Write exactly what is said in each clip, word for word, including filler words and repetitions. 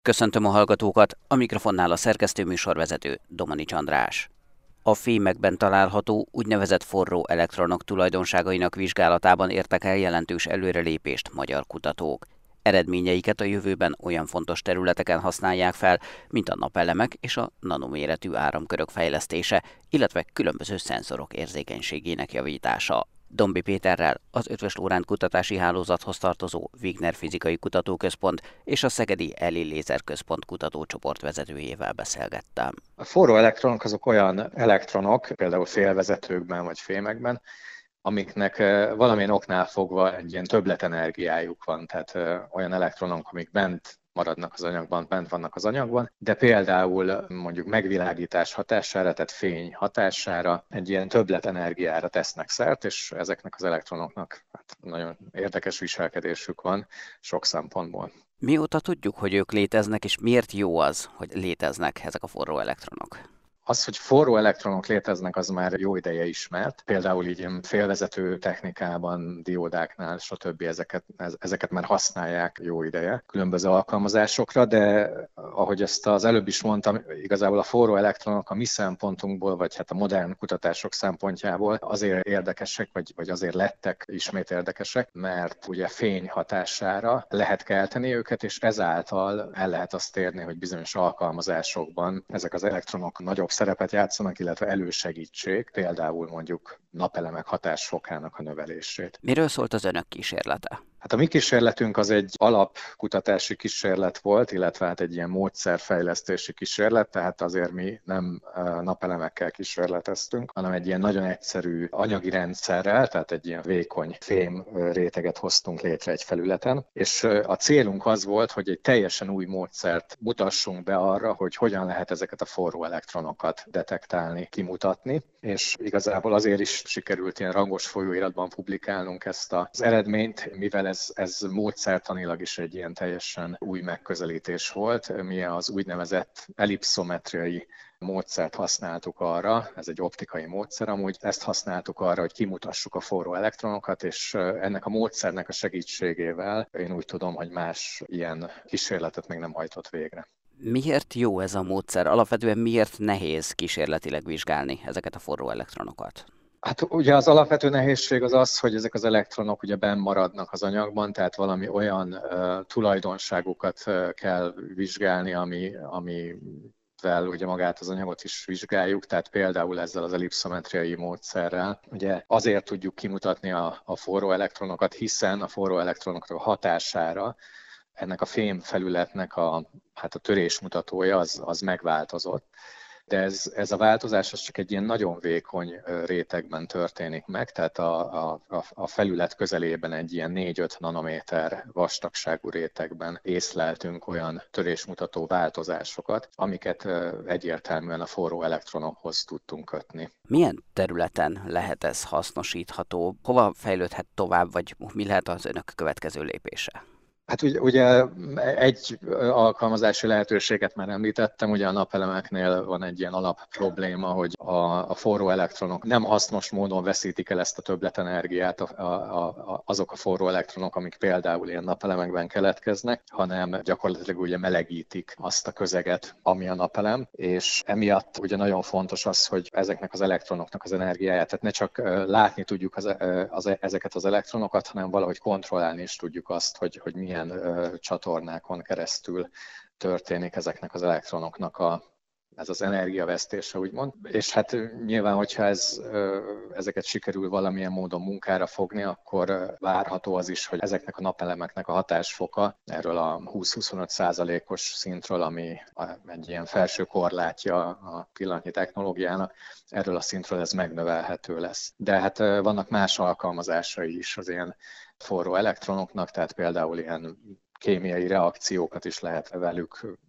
Köszöntöm a hallgatókat, a mikrofonnál a szerkesztő műsorvezető Domanics András. A fémekben található úgynevezett forró elektronok tulajdonságainak vizsgálatában értek el jelentős előrelépést magyar kutatók. Eredményeiket a jövőben olyan fontos területeken használják fel, mint a napelemek és a nanoméretű áramkörök fejlesztése, illetve különböző szenzorok érzékenységének javítása. Dombi Péterrel, az Eötvös Loránd Kutatási Hálózathoz tartozó Wigner Fizikai Kutatóközpont és a Szegedi Eli Lézerközpont kutatócsoport vezetőjével beszélgettem. A forró elektronok azok olyan elektronok, például félvezetőkben vagy fémekben, amiknek valamilyen oknál fogva egy ilyen többletenergiájuk van, tehát olyan elektronok, amik bent maradnak az anyagban, bent vannak az anyagban, de például mondjuk megvilágítás hatására, tehát fény hatására egy ilyen többletenergiára tesznek szert, és ezeknek az elektronoknak hát nagyon érdekes viselkedésük van sok szempontból. Mióta tudjuk, hogy ők léteznek, és miért jó az, hogy léteznek ezek a forró elektronok? Az, hogy forró elektronok léteznek, az már jó ideje ismert. Például így félvezető technikában, diódáknál, stb. Ezeket, ezeket már használják jó ideje különböző alkalmazásokra, de ahogy ezt az előbb is mondtam, igazából a forró elektronok a mi szempontunkból, vagy hát a modern kutatások szempontjából azért érdekesek, vagy, vagy azért lettek ismét érdekesek, mert ugye fény hatására lehet kelteni őket, és ezáltal el lehet azt érni, hogy bizonyos alkalmazásokban ezek az elektronok nagyobb szerepet játszanak, illetve elősegítsék, például mondjuk napelemek hatásfokának a növelését. Miről szólt az önök kísérlete? Hát a mi kísérletünk az egy alapkutatási kísérlet volt, illetve hát egy ilyen módszerfejlesztési kísérlet, tehát azért mi nem napelemekkel kísérleteztünk, hanem egy ilyen nagyon egyszerű anyagi rendszerrel, tehát egy ilyen vékony fém réteget hoztunk létre egy felületen, és a célunk az volt, hogy egy teljesen új módszert mutassunk be arra, hogy hogyan lehet ezeket a forró elektronokat detektálni, kimutatni, és igazából azért is sikerült ilyen rangos folyóiratban publikálnunk ezt az eredményt, mivel ez, ez módszertanilag is egy ilyen teljesen új megközelítés volt. Mi az úgynevezett ellipszometriai módszert használtuk arra, ez egy optikai módszer amúgy, ezt használtuk arra, hogy kimutassuk a forró elektronokat, és ennek a módszernek a segítségével én úgy tudom, hogy más ilyen kísérletet még nem hajtott végre. Miért jó ez a módszer? Alapvetően miért nehéz kísérletileg vizsgálni ezeket a forró elektronokat? Hát ugye az alapvető nehézség az az, hogy ezek az elektronok ugye benn maradnak az anyagban, tehát valami olyan uh, tulajdonságukat uh, kell vizsgálni, ami, ami vel ugye magát az anyagot is vizsgáljuk, tehát például ezzel az ellipszometriai módszerrel. Ugye azért tudjuk kimutatni a, a forró elektronokat, hiszen a forró elektronokra hatására ennek a fém felületnek a, hát a törésmutatója az, az megváltozott. De ez, ez a változás az csak egy ilyen nagyon vékony rétegben történik meg, tehát a, a, a felület közelében egy ilyen négy-öt nanométer vastagságú rétegben észleltünk olyan törésmutató változásokat, amiket egyértelműen a forró elektronokhoz tudtunk kötni. Milyen területen lehet ez hasznosítható? Hova fejlődhet tovább, vagy mi lehet az önök következő lépése? Hát ugye egy alkalmazási lehetőséget már említettem, ugye a napelemeknél van egy ilyen alap probléma, hogy a, a forró elektronok nem hasznos módon veszítik el ezt a többletenergiát, a, a, a, azok a forró elektronok, amik például ilyen napelemekben keletkeznek, hanem gyakorlatilag ugye melegítik azt a közeget, ami a napelem, és emiatt ugye nagyon fontos az, hogy ezeknek az elektronoknak az energiáját, tehát ne csak látni tudjuk az, az, ezeket az elektronokat, hanem valahogy kontrollálni is tudjuk azt, hogy, hogy milyen csatornákon keresztül történik ezeknek az elektronoknak a, ez az energiavesztése, úgymond. És hát nyilván, hogyha ez, ezeket sikerül valamilyen módon munkára fogni, akkor várható az is, hogy ezeknek a napelemeknek a hatásfoka erről a húsz-huszonöt százalékos szintről, ami egy ilyen felső korlátja a pillanatnyi technológiának, erről a szintről ez megnövelhető lesz. De hát vannak más alkalmazásai is az ilyen forró elektronoknak, tehát például ilyen kémiai reakciókat is lehet velük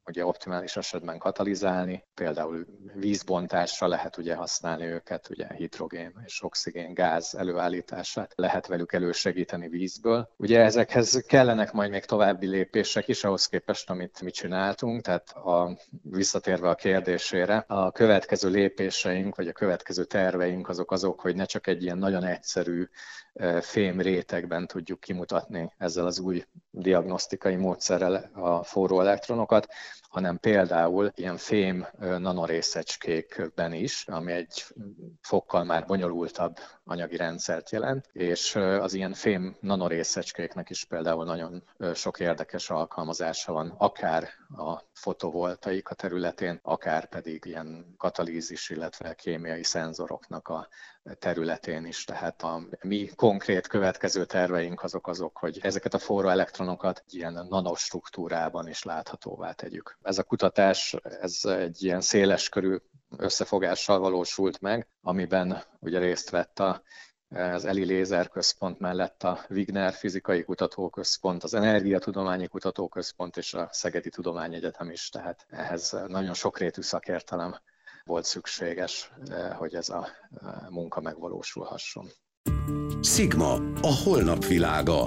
ugye optimális esetben katalizálni, például vízbontásra lehet ugye használni őket, ugye hidrogén és oxigén gáz előállítását lehet velük elősegíteni vízből. Ugye ezekhez kellenek majd még további lépések is, ahhoz képest, amit mi csináltunk, tehát a, visszatérve a kérdésére, a következő lépéseink, vagy a következő terveink azok azok, hogy ne csak egy ilyen nagyon egyszerű fém rétegben tudjuk kimutatni ezzel az új diagnosztikai módszerrel a forró elektronokat, hanem például ilyen fém nanorészecskékben is, ami egy fokkal már bonyolultabb anyagi rendszert jelent, és az ilyen fém nanorészecskéknek is például nagyon sok érdekes alkalmazása van, akár a fotovoltaika területén, akár pedig ilyen katalízis, illetve kémiai szenzoroknak a területén is. Tehát a mi konkrét következő terveink azok azok, hogy ezeket a forró elektronokat ilyen nanostruktúrában is láthatóvá tegyük. Ez a kutatás, ez egy ilyen széleskörű összefogással valósult meg, amiben ugye részt vett a az Eli Lézerközpont mellett a Wigner Fizikai Kutatóközpont, az Energiatudományi Kutatóközpont és a Szegedi Tudományegyetem is, tehát ehhez nagyon sokrétű szakértelem volt szükséges, hogy ez a munka megvalósulhasson. Sigma, a holnap világa.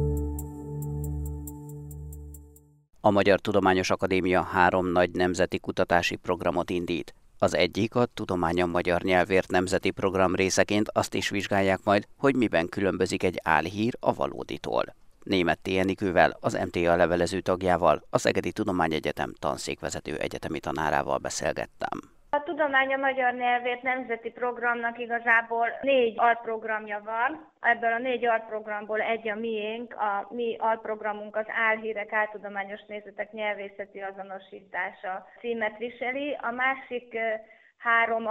A Magyar Tudományos Akadémia három nagy nemzeti kutatási programot indít. Az egyik a Tudomány a magyar nyelvért nemzeti program részeként azt is vizsgálják majd, hogy miben különbözik egy álhír a valóditól. Németh Enikővel, az em té á levelező tagjával, a Szegedi Tudományegyetem tanszékvezető egyetemi tanárával beszélgettem. A Tudomány a magyar nyelvért nemzeti programnak igazából négy alprogramja van. Ebből a négy alprogramból egy a miénk, a mi alprogramunk az álhírek, áltudományos nézetek nyelvészeti azonosítása címet viseli. A másik három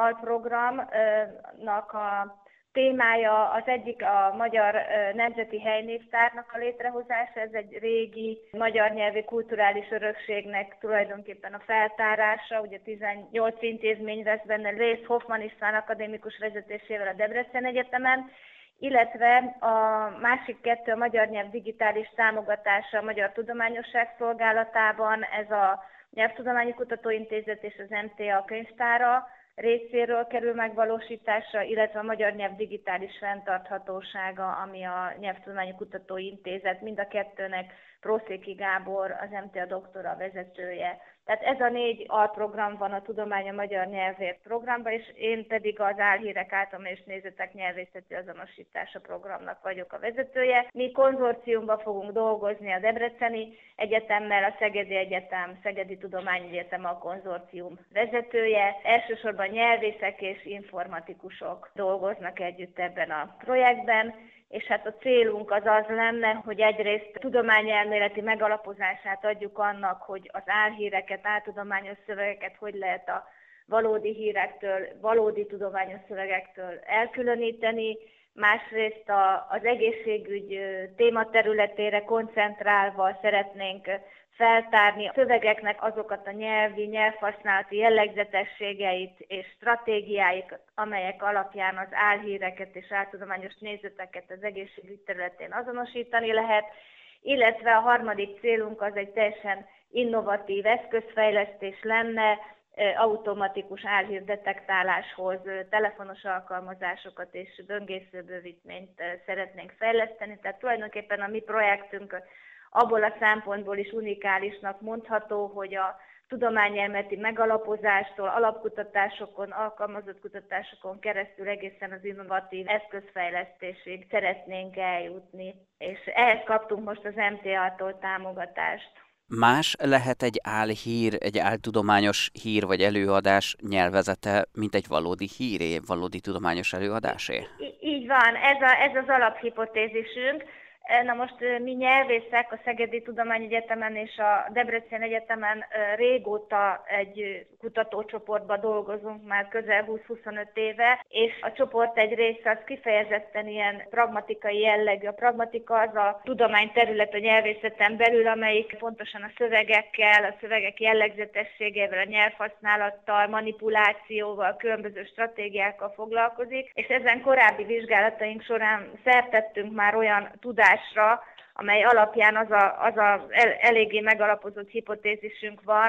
alprogramnak a témája, az egyik a Magyar Nemzeti Helynévtárnak a létrehozása, ez egy régi magyar nyelvi kulturális örökségnek tulajdonképpen a feltárása, ugye tizennyolc intézmény vesz benne részt Hoffmann István akadémikus vezetésével a Debrecen Egyetemen, illetve a másik kettő a magyar nyelv digitális támogatása a Magyar Tudományosság Szolgálatában, ez a Nyelvtudományi Kutatóintézet és az em té á könyvtára részéről kerül megvalósításra, illetve a magyar nyelv digitális fenntarthatósága, ami a Nyelvtudományi Kutatóintézet, mind a kettőnek Prószéki Gábor, az em té á doktora vezetője. Tehát ez a négy alprogram van a Tudomány a magyar nyelvért programban, és én pedig az álhírek, áltudományos nézetek nyelvészeti azonosítása programnak vagyok a vezetője. Mi konzorciumban fogunk dolgozni a Debreceni Egyetemmel, a Szegedi Egyetem, Szegedi Tudományegyetem a konzorcium vezetője. Elsősorban nyelvészek és informatikusok dolgoznak együtt ebben a projektben, és hát a célunk az az lenne, hogy egyrészt tudományelméleti megalapozását adjuk annak, hogy az álhíreket, áltudományos szövegeket hogy lehet a valódi hírektől, valódi tudományos szövegektől elkülöníteni, másrészt a, az egészségügy tématerületére koncentrálva szeretnénk feltárni a szövegeknek azokat a nyelvi, nyelvhasználati jellegzetességeit és stratégiáikat, amelyek alapján az álhíreket és áltudományos nézeteket az egészségügy területén azonosítani lehet, illetve a harmadik célunk az egy teljesen innovatív eszközfejlesztés lenne, automatikus álhírdetektáláshoz telefonos alkalmazásokat és böngészőbővítményt szeretnénk fejleszteni, tehát tulajdonképpen a mi projektünk abból a szempontból is unikálisnak mondható, hogy a tudományelméleti megalapozástól, alapkutatásokon, alkalmazott kutatásokon keresztül egészen az innovatív eszközfejlesztésig szeretnénk eljutni. És ehhez kaptunk most az em té á-tól támogatást. Más lehet egy álhír, egy áltudományos hír vagy előadás nyelvezete, mint egy valódi híré, valódi tudományos előadásé? Így van, ez, a, ez az alaphipotézisünk. Na most mi nyelvészek a Szegedi Tudományegyetemen és a Debrecen Egyetemen régóta egy kutatócsoportban dolgozunk, már közel húsz-huszonöt éve, és a csoport egy része az kifejezetten ilyen pragmatikai jellegű. A pragmatika az a tudományterület a nyelvészeten belül, amelyik pontosan a szövegekkel, a szövegek jellegzetességével, a nyelvhasználattal, manipulációval, különböző stratégiákkal foglalkozik, és ezen korábbi vizsgálataink során szertettünk már olyan tudás, amely alapján az a, az a el, eléggé megalapozott hipotézisünk van,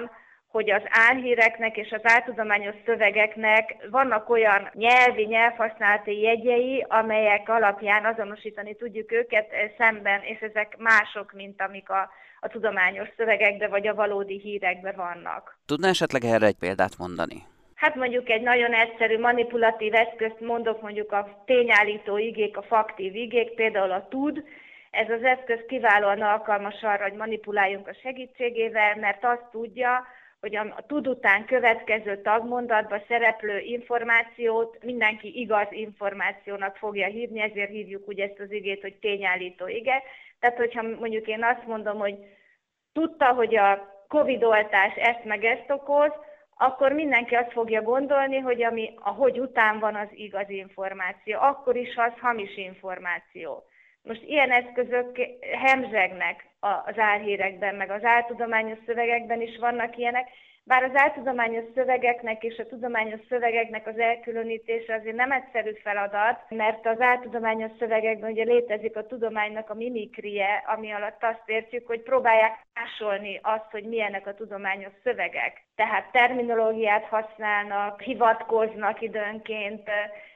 hogy az álhíreknek és az áltudományos szövegeknek vannak olyan nyelvi, nyelvhasználati jegyei, amelyek alapján azonosítani tudjuk őket szemben, és ezek mások, mint amik a, a tudományos szövegekben vagy a valódi hírekben vannak. Tudná esetleg erre egy példát mondani? Hát mondjuk egy nagyon egyszerű manipulatív eszközt mondok, mondjuk a tényállító igék, a faktív igék, például a tud. Ez az eszköz kiválóan alkalmas arra, hogy manipuláljunk a segítségével, mert azt tudja, hogy a tud után következő tagmondatban szereplő információt mindenki igaz információnak fogja hívni, ezért hívjuk úgy ezt az igét, hogy tényállító ige. Tehát, hogyha mondjuk én azt mondom, hogy tudta, hogy a Covid-oltás ezt meg ezt okoz, akkor mindenki azt fogja gondolni, hogy ami a hogy után van, az igaz információ. Akkor is, ha az hamis információ. Most ilyen eszközök hemzsegnek az álhírekben, meg az áltudományos szövegekben is vannak ilyenek, bár az áltudományos szövegeknek és a tudományos szövegeknek az elkülönítése azért nem egyszerű feladat, mert az áltudományos szövegekben ugye létezik a tudománynak a mimikrie, ami alatt azt értjük, hogy próbálják másolni azt, hogy milyenek a tudományos szövegek. Tehát terminológiát használnak, hivatkoznak időnként,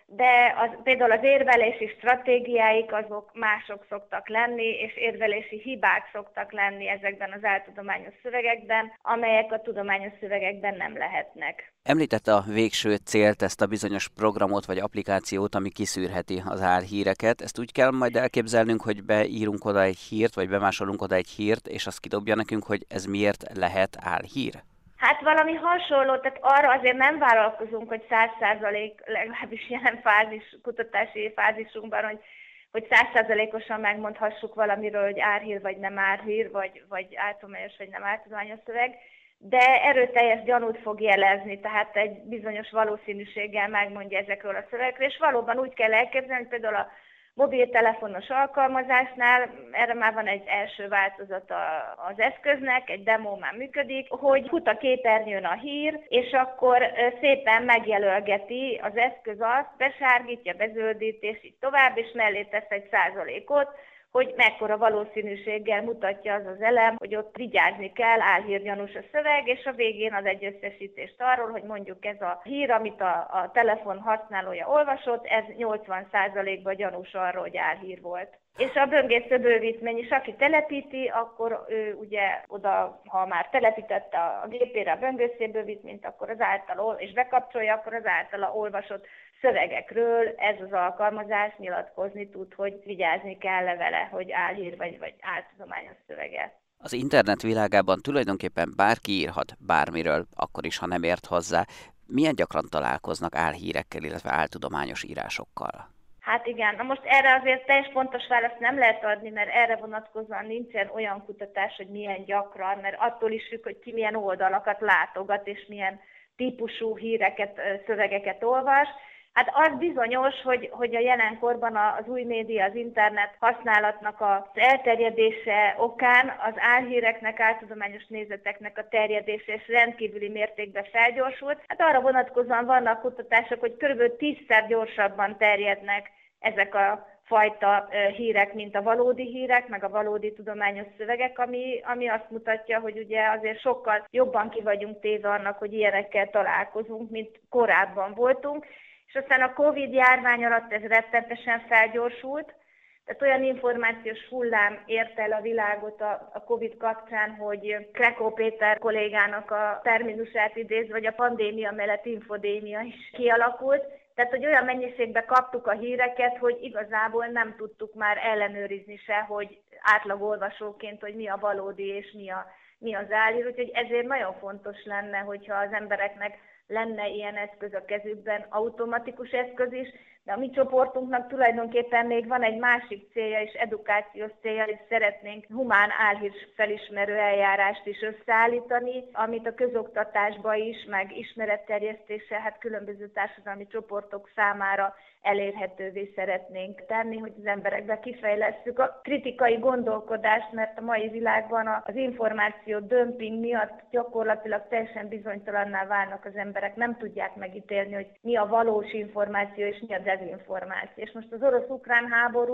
de az, például az érvelési stratégiáik azok mások szoktak lenni, és érvelési hibák szoktak lenni ezekben az áltudományos szövegekben, amelyek a tudományos szövegekben nem lehetnek. Említette a végső célt, ezt a bizonyos programot vagy applikációt, ami kiszűrheti az álhíreket. Ezt úgy kell majd elképzelnünk, hogy beírunk oda egy hírt, vagy bemásolunk oda egy hírt, és azt kidobja nekünk, hogy ez miért lehet álhír? Hát valami hasonló, tehát arra azért nem vállalkozunk, hogy száz százalék, legalábbis jelen fázis, kutatási fázisunkban, hogy, hogy száz százalékosan megmondhassuk valamiről, hogy álhír vagy nem álhír, vagy, vagy áltudományos vagy nem áltudományos szöveg, de erőteljes gyanút fog jelezni, tehát egy bizonyos valószínűséggel megmondja ezekről a szövegekről, és valóban úgy kell elképzelni, hogy például a mobiltelefonos alkalmazásnál, erre már van egy első változata az eszköznek, egy demo már működik, hogy fut a képernyőn a hír, és akkor szépen megjelölgeti az eszköz azt, besárgítja, bezöldít, és így tovább, és mellé tesz egy százalékot, hogy mekkora valószínűséggel mutatja az az elem, hogy ott vigyázni kell, álhírgyanús a szöveg, és a végén az egy összesítést arról, hogy mondjuk ez a hír, amit a, a telefon használója olvasott, ez nyolcvan százalékban gyanús arról, hogy álhír volt. És a böngésző bővítmény is, aki telepíti, akkor ő ugye oda, ha már telepítette a gépére a böngésző bővítményt, akkor az által, és bekapcsolja, akkor az általa olvasott szövegekről ez az alkalmazás nyilatkozni tud, hogy vigyázni kell vele, hogy álhír vagy, vagy áltudományos szövege. Az internet világában tulajdonképpen bárki írhat bármiről, akkor is, ha nem ért hozzá. Milyen gyakran találkoznak álhírekkel, illetve áltudományos írásokkal? Hát igen, na most erre azért teljes pontos választ nem lehet adni, mert erre vonatkozóan nincsen olyan kutatás, hogy milyen gyakran, mert attól is függ, hogy ki milyen oldalakat látogat, és milyen típusú híreket, szövegeket olvas. Hát az bizonyos, hogy, hogy a jelenkorban az új média, az internet használatnak az elterjedése okán az álhíreknek, áltudományos nézeteknek a terjedése és rendkívüli mértékben felgyorsult. Hát arra vonatkozóan vannak kutatások, hogy kb. tízszer gyorsabban terjednek ezek a fajta hírek, mint a valódi hírek, meg a valódi tudományos szövegek, ami, ami azt mutatja, hogy ugye azért sokkal jobban ki vagyunk téve annak, hogy ilyenekkel találkozunk, mint korábban voltunk. És aztán a Covid-járvány alatt ez rettenetesen felgyorsult, tehát olyan információs hullám ért el a világot a, a Covid kapcsán, hogy Krekó Péter kollégának a terminusát idéz, vagy a pandémia mellett infodémia is kialakult. Tehát, hogy olyan mennyiségben kaptuk a híreket, hogy igazából nem tudtuk már ellenőrizni se, hogy átlagolvasóként, hogy mi a valódi és mi, a, mi az álhír. Úgyhogy ezért nagyon fontos lenne, hogyha az embereknek lenne ilyen eszköz a kezükben, automatikus eszköz is, de a mi csoportunknak tulajdonképpen még van egy másik célja és edukációs célja, és szeretnénk humán álhír felismerő eljárást is összeállítani, amit a közoktatásba is, meg ismeretterjesztéssel, hát különböző társadalmi csoportok számára elérhetővé szeretnénk tenni, hogy az emberekbe kifejlesszük a kritikai gondolkodást, mert a mai világban az információ dömping miatt gyakorlatilag teljesen bizonytalanná válnak az emberek, nem tudják megítélni, hogy mi a valós információ és mi a dezinformáció. És most az orosz-ukrán háború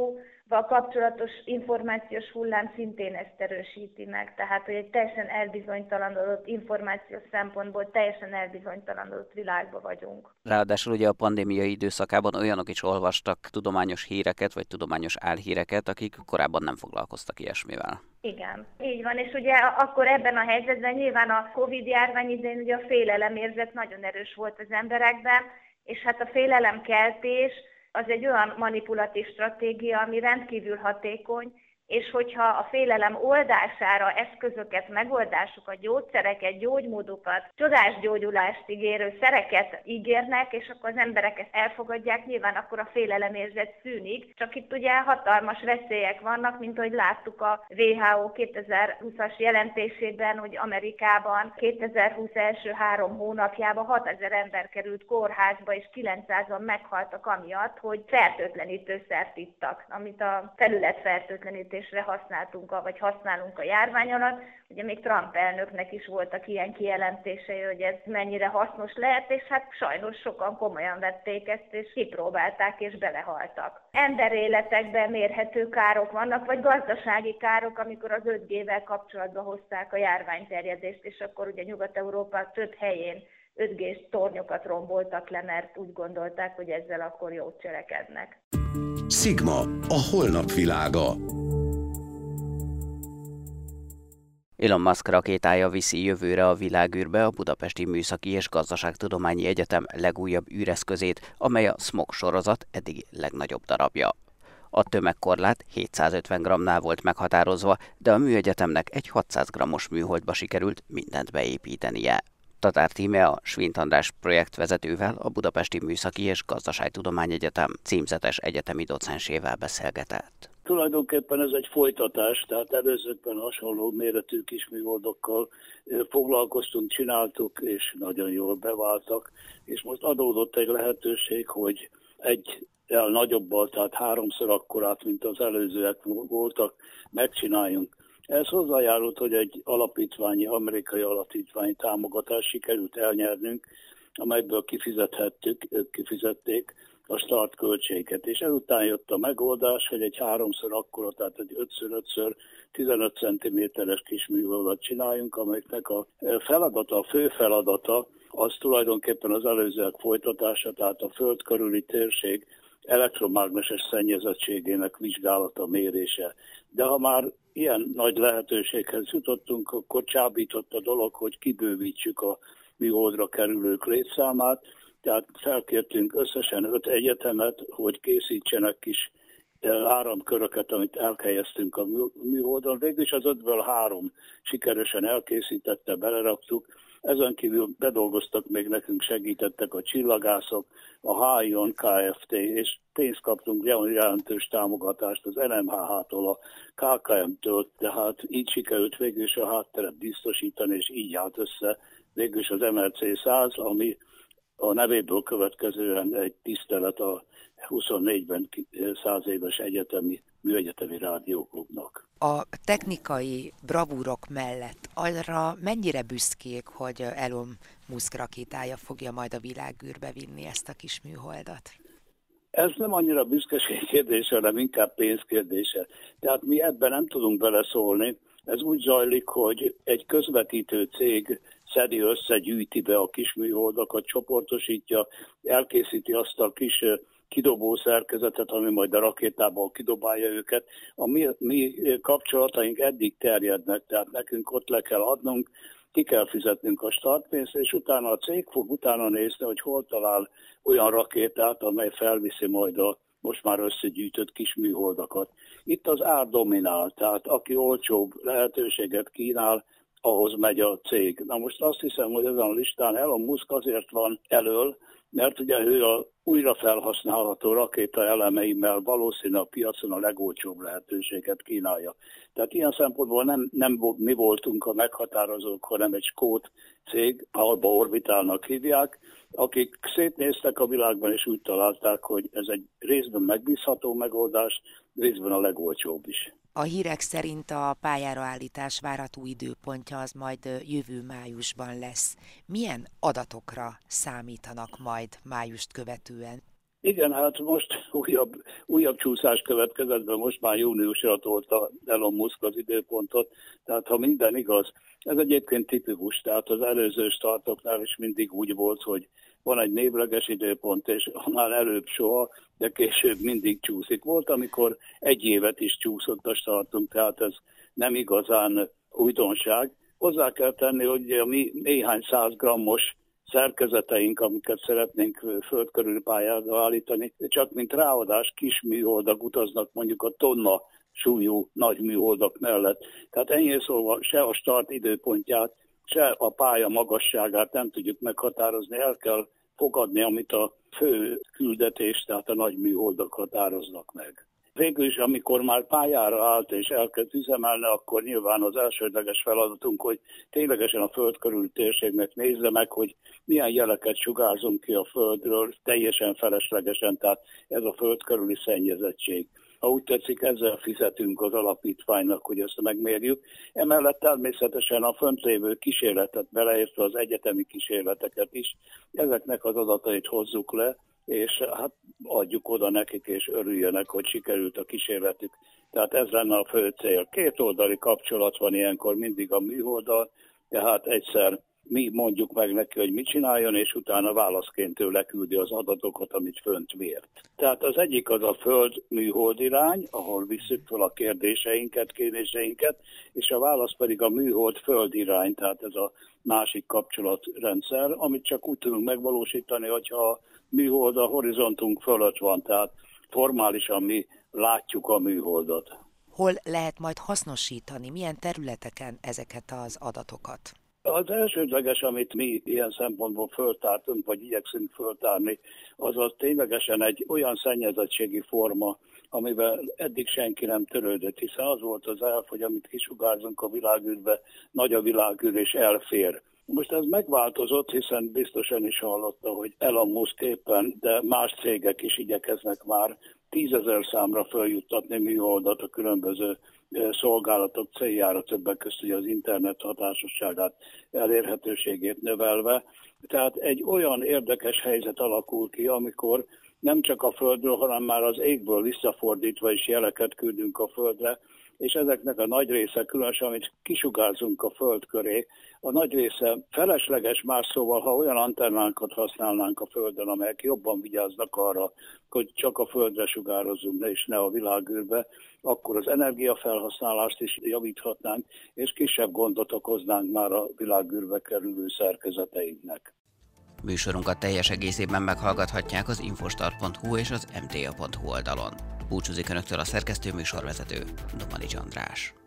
kapcsolatos információs hullám szintén ezt erősíti meg. Tehát, hogy egy teljesen elbizonytalanodott, információs szempontból teljesen elbizonytalanodott világban vagyunk. Ráadásul ugye a pandémia időszakában olyanok is olvastak tudományos híreket, vagy tudományos álhíreket, akik korábban nem foglalkoztak ilyesmivel. Igen, így van, és ugye akkor ebben a helyzetben nyilván a Covid-járvány idején ugye a félelemérzet nagyon erős volt az emberekben, és hát a félelemkeltés az egy olyan manipulatív stratégia, ami rendkívül hatékony, és hogyha a félelem oldására eszközöket, megoldásokat, gyógyszereket, gyógymódokat, csodás gyógyulást ígérő szereket ígérnek, és akkor az emberek ezt elfogadják, nyilván akkor a félelemérzet szűnik, csak itt ugye hatalmas veszélyek vannak, mint ahogy láttuk a vé há ó kétezer-húszas jelentésében, hogy Amerikában kétezer-húsz első három hónapjában hatezer ember került kórházba, és kilencszázan meghaltak amiatt, hogy fertőtlenítőszert ittak, amit a felületfertőtlenítés használtunk, vagy használunk a járvány alatt. Ugye még Trump elnöknek is voltak ilyen kijelentései, hogy ez mennyire hasznos lehet, és hát sajnos sokan komolyan vették ezt, és kipróbálták, és belehaltak. Emberéletekben mérhető károk vannak, vagy gazdasági károk, amikor az öt G-vel kapcsolatban hozták a járványterjedést, és akkor ugye Nyugat-Európa több helyén öt G-s tornyokat romboltak le, mert úgy gondolták, hogy ezzel akkor jót cselekednek. Sigma, a holnap világa. Elon Musk rakétája viszi jövőre a világűrbe a Budapesti Műszaki és Gazdaságtudományi Egyetem legújabb űreszközét, amely a Smog sorozat eddigi legnagyobb darabja. A tömegkorlát hétszázötven grammnál volt meghatározva, de a műegyetemnek egy hatszáz grammos műholdba sikerült mindent beépítenie. Tatár Tíme a Schwint András projektvezetővel, a Budapesti Műszaki és Gazdaságtudományi Egyetem címzetes egyetemi docensével beszélgetett. Tulajdonképpen ez egy folytatás, tehát előzőkben hasonló méretű kisműholdakkal foglalkoztunk, csináltuk, és nagyon jól beváltak, és most adódott egy lehetőség, hogy egy el nagyobbal, tehát háromszor akkorát, mint az előzőek voltak, megcsináljunk. Ez hozzájárult, hogy egy alapítványi, amerikai alapítványi támogatást sikerült elnyernünk, amelyből kifizethettük, ők kifizették a startköltséget. És ezután jött a megoldás, hogy egy háromszor akkora, tehát egy ötször ötször tizenöt centiméteres kis műholdat csináljunk, amelynek a feladata, a fő feladata, az tulajdonképpen az előzőek folytatása, tehát a föld körüli térség elektromágneses szennyezettségének vizsgálata, mérése. De ha már ilyen nagy lehetőséghez jutottunk, akkor csábított a dolog, hogy kibővítsük a műholdra kerülők létszámát, tehát felkértünk összesen öt egyetemet, hogy készítsenek kis áramköröket, amit elhelyeztünk a műholdon. Végülis az ötből három sikeresen elkészítette, beleraktuk. Ezen kívül bedolgoztak, még nekünk segítettek a csillagászok, a há i o en Kft. És pénzt kaptunk jelentős támogatást az en em há há-tól, a ká ká em-től, tehát így sikerült végülis a hátteret biztosítani, és így állt össze végülis az em er cé száz, ami a nevéből következően egy tisztelet a huszonnégyben száz éves egyetemi, műegyetemi rádióklubnak. A technikai bravúrok mellett arra mennyire büszkék, hogy Elon Musk rakétája fogja majd a világűrbe vinni ezt a kis műholdat? Ez nem annyira büszkeség kérdése, hanem inkább pénzkérdése. Tehát mi ebben nem tudunk beleszólni. Ez úgy zajlik, hogy egy közvetítő cég szedi össze, gyűjti be a kis műholdakat, csoportosítja, elkészíti azt a kis kidobó szerkezetet, ami majd a rakétából kidobálja őket. A mi, mi kapcsolataink eddig terjednek, tehát nekünk ott le kell adnunk, ki kell fizetnünk a startpénzt, és utána a cég fog utána nézni, hogy hol talál olyan rakétát, amely felviszi majd a most már összegyűjtött kis műholdakat. Itt az ár dominál, tehát aki olcsóbb lehetőséget kínál, ahhoz megy a cég. Na most azt hiszem, hogy ezen a listán Elon Musk azért van elől, mert ugye ő a újra felhasználható rakéta elemeimmel valószínűleg a piacon a legolcsóbb lehetőséget kínálja. Tehát ilyen szempontból nem, nem mi voltunk a meghatározók, hanem egy skót cég, Alba Orbitalnak hívják, akik szétnéztek a világban, és úgy találták, hogy ez egy részben megbízható megoldás, részben a legolcsóbb is. A hírek szerint a pályára állítás várható időpontja az majd jövő májusban lesz. Milyen adatokra számítanak majd májust követően? Igen, hát most újabb, újabb csúszás következett, de most már júniusra tolta Elon Musk az időpontot, tehát ha minden igaz, ez egyébként tipikus, tehát az előző startoknál is mindig úgy volt, hogy van egy névleges időpont, és már előbb soha, de később mindig csúszik. Volt, amikor egy évet is csúszott a startunk, tehát ez nem igazán újdonság. Hozzá kell tenni, hogy a mi néhány száz grammos szerkezeteink, amiket szeretnénk föld körül pályára állítani, csak mint ráadás kis műholdak utaznak mondjuk a tonna súlyú nagy műholdak mellett. Tehát ennyi szóval se a start időpontját, se a pálya magasságát nem tudjuk meghatározni, el kell fogadni, amit a fő küldetés, tehát a nagy műholdak határoznak meg. Végül is, amikor már pályára állt és elkezd üzemelni, akkor nyilván az elsődleges feladatunk, hogy ténylegesen a föld körüli térségnek nézze meg, hogy milyen jeleket sugárzunk ki a földről, teljesen feleslegesen, tehát ez a föld körüli szennyezettség. Ha úgy tetszik, ezzel fizetünk az alapítványnak, hogy ezt megmérjük. Emellett természetesen a fönt lévő kísérletet, beleértve az egyetemi kísérleteket is, ezeknek az adatait hozzuk le, és hát adjuk oda nekik, és örüljenek, hogy sikerült a kísérletük. Tehát ez lenne a fő cél. Kétoldali kapcsolat van ilyenkor mindig a műholddal, tehát egyszer mi mondjuk meg neki, hogy mit csináljon, és utána válaszként ő leküldi az adatokat, amit fönt mért. Tehát az egyik az a föld műhold irány, ahol visszük fel a kérdéseinket, kérdéseinket, és a válasz pedig a műhold föld irány, tehát ez a másik kapcsolatrendszer, amit csak úgy tudunk megvalósítani, hogyha a műhold a horizontunk fölött van, tehát formálisan mi látjuk a műholdat. Hol lehet majd hasznosítani, milyen területeken ezeket az adatokat? Az elsődleges, amit mi ilyen szempontból föltártunk, vagy igyekszünk föltárni, az az ténylegesen egy olyan szennyezettségi forma, amivel eddig senki nem törődött, hiszen az volt az elv, hogy amit kisugárzunk a világűrbe, nagy a világűr és elfér. Most ez megváltozott, hiszen biztosan is hallotta, hogy Elon Musk éppen, de más cégek is igyekeznek már tízezer számra feljuttatni műholdat a különböző szolgálatok céljára, többek között az internet hatásosságát, elérhetőségét növelve. Tehát egy olyan érdekes helyzet alakul ki, amikor nem csak a Földről, hanem már az égből visszafordítva is jeleket küldünk a Földre, és ezeknek a nagy része, különösen amit kisugárzunk a Föld köré, a nagy része felesleges, más szóval, ha olyan antennánkat használnánk a Földön, amelyek jobban vigyáznak arra, hogy csak a Földre sugározzunk, és ne a világűrbe, akkor az energiafelhasználást is javíthatnánk, és kisebb gondot okoznánk már a világűrbe kerülő szerkezeteinknek. Műsorunkat teljes egészében meghallgathatják az infostart pont hu és az em té á pont hu oldalon. Búcsúzik Önöktől a szerkesztő műsorvezető, Domanics András.